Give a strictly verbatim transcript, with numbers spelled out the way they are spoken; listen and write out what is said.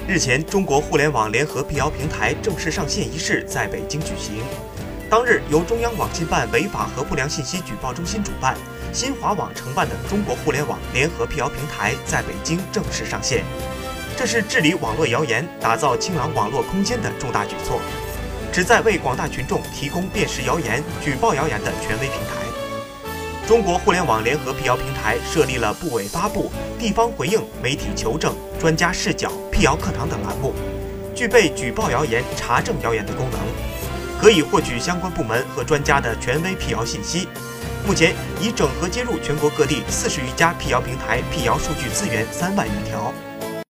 日前，中国互联网联合辟谣平台正式上线仪式在北京举行。当日，由中央网信办违法和不良信息举报中心主办、新华网承办的中国互联网联合辟谣平台在北京正式上线。这是治理网络谣言、打造清朗网络空间的重大举措，旨在为广大群众提供辨识谣言、举报谣言的权威平台。中国互联网联合辟谣平台设立了部委发布、地方回应、媒体求证、专家视角、辟谣课堂等栏目，具备举报谣言、查证谣言的功能，可以获取相关部门和专家的权威辟谣信息。目前已整合接入全国各地四十余家辟谣平台辟谣数据资源三万余条。